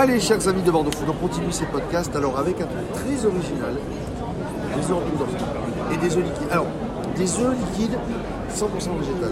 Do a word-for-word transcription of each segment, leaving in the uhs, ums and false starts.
Allez, chers amis de Bordeaux Food, on continue ces podcasts alors avec un truc très original, des œufs en poudre et des œufs liquides. Alors, des œufs liquides cent pour cent végétal.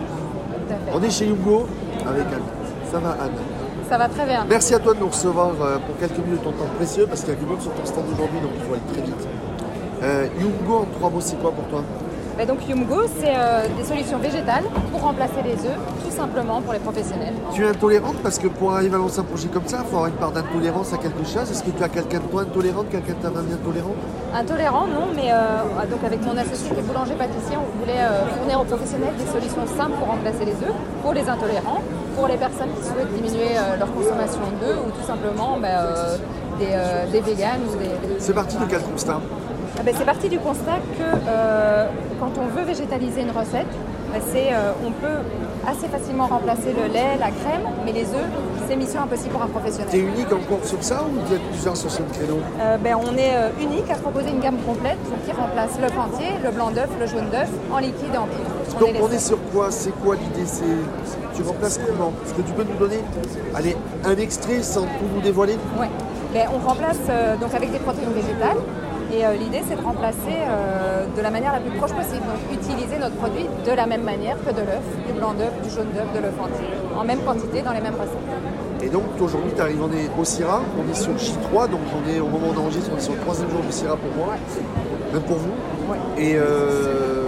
On est chez Yumgo avec Anne. Ça va, Anne? Ça va très bien. Merci à toi de nous recevoir pour quelques minutes de ton temps précieux parce qu'il y a du monde sur ton stand aujourd'hui, donc il faut aller très vite. Euh, Yumgo, en trois mots, c'est quoi pour toi? Et donc Yumgo, c'est euh, des solutions végétales pour remplacer les œufs, tout simplement pour les professionnels. Tu es intolérante parce que pour arriver à lancer un projet comme ça, il faut avoir une part d'intolérance à quelque chose. Est-ce que tu as quelqu'un de toi intolérant, quelqu'un de ta famille intolérant? Intolérant, non, mais euh, donc avec mon associé qui est boulanger-pâtissier, on voulait euh, fournir aux professionnels des solutions simples pour remplacer les œufs, pour les intolérants, pour les personnes qui souhaitent diminuer euh, leur consommation d'œufs ou tout simplement bah, euh, des, euh, des véganes ou des... C'est parti de quel constat? Ah ben, c'est parti du constat que euh, quand on veut végétaliser une recette, ben, c'est, euh, on peut assez facilement remplacer le lait, la crème, mais les œufs, c'est mission impossible pour un professionnel. Tu es unique encore sur ça ou vous êtes plusieurs sur ce créneau? euh, ben, On est euh, unique à proposer une gamme complète qui remplace l'œuf entier, le blanc d'œuf, le jaune d'œuf, en liquide et en poudre. Donc on est, on est sur quoi? C'est quoi l'idée? Tu remplaces comment? Est-ce que tu peux nous donner allez, un extrait sans tout nous dévoiler? Oui, ben, on remplace euh, donc avec des protéines végétales. Et euh, l'idée, c'est de remplacer euh, de la manière la plus proche possible. Donc, utiliser notre produit de la même manière que de l'œuf, du blanc d'œuf, du jaune d'œuf, de l'œuf entier, en même quantité, dans les mêmes recettes. Et donc, aujourd'hui, tu arrives, on est au Syrah, on est sur J trois, donc on est au moment où on enregistre, on est sur le troisième jour du Syrah pour moi, même pour vous. Ouais. Et, euh,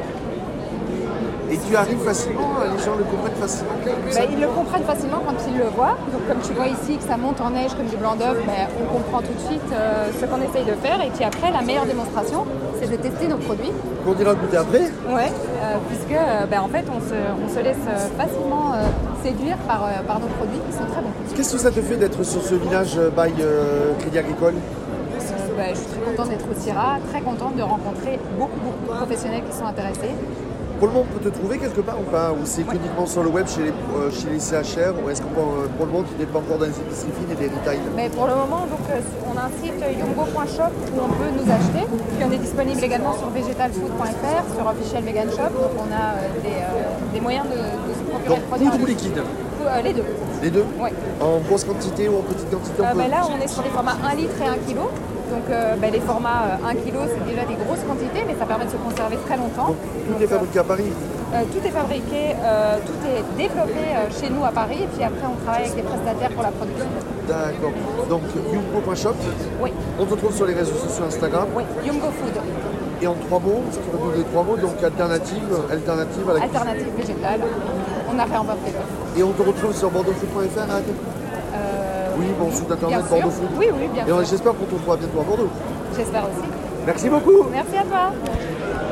et tu arrives facilement, les gens le comprennent facilement? Ben, ils le comprennent facilement quand ils le voient. Donc, comme tu vois ici que ça monte en neige comme du blanc d'œuf, ben, on comprend tout de suite euh, ce qu'on essaye de faire. Et puis après, la meilleure démonstration, c'est de tester nos produits. Qu'on dira goûter après? Oui, euh, puisque euh, ben, en fait, on se, on se laisse euh, facilement euh, séduire par, euh, par nos produits qui sont très bons. Qu'est-ce que ça te fait d'être sur ce village by euh, Crédit Agricole? Euh, ben, je suis très contente d'être au Syrah, très contente de rencontrer beaucoup, beaucoup de professionnels qui sont intéressés. Pour le moment, on peut te trouver quelque part ou pas? Ou c'est uniquement sur le web chez les, euh, chez les C H R? Ou est-ce que euh, pour le moment, tu n'es pas encore dans les épiceries fines et les retail? Mais pour le moment, donc, euh, on a un site yumgo point shop où on peut nous acheter. Puis on est disponible également sur vegetalfood point f r, sur Official Vegan Shop. Donc on a euh, des, euh, des moyens de, de se procurer Donc, le produit. poudre ou liquide? Euh, les deux. Les deux? Oui. En grosse quantité ou en petite quantité? Euh, on peut... ben là, on est sur les formats un litre et un kilo. Donc euh, ben, les formats euh, un kilo, c'est déjà des grosses quantités, mais ça permet de se conserver très longtemps. Donc, tout est fabriqué à Paris? Euh, tout est fabriqué, euh, tout est développé euh, chez nous à Paris, et puis après on travaille avec des prestataires pour la production. D'accord. Donc, yumgo point shop. Oui. On te trouve sur les réseaux sociaux Instagram. Oui, Yumgo Food. Et en trois mots, si tu peux nous donner trois mots, donc alternative, alternative à la Alternative végétale, on a réinventé l'œuf. Et on te retrouve sur bordeaux food point f r, Anne? Euh, Oui, bon, site internet bien sûr. Bordeaux Food. Oui, oui, bien Et sûr. j'espère qu'on te retrouvera bientôt à Bordeaux. J'espère aussi. Merci beaucoup. Merci à toi.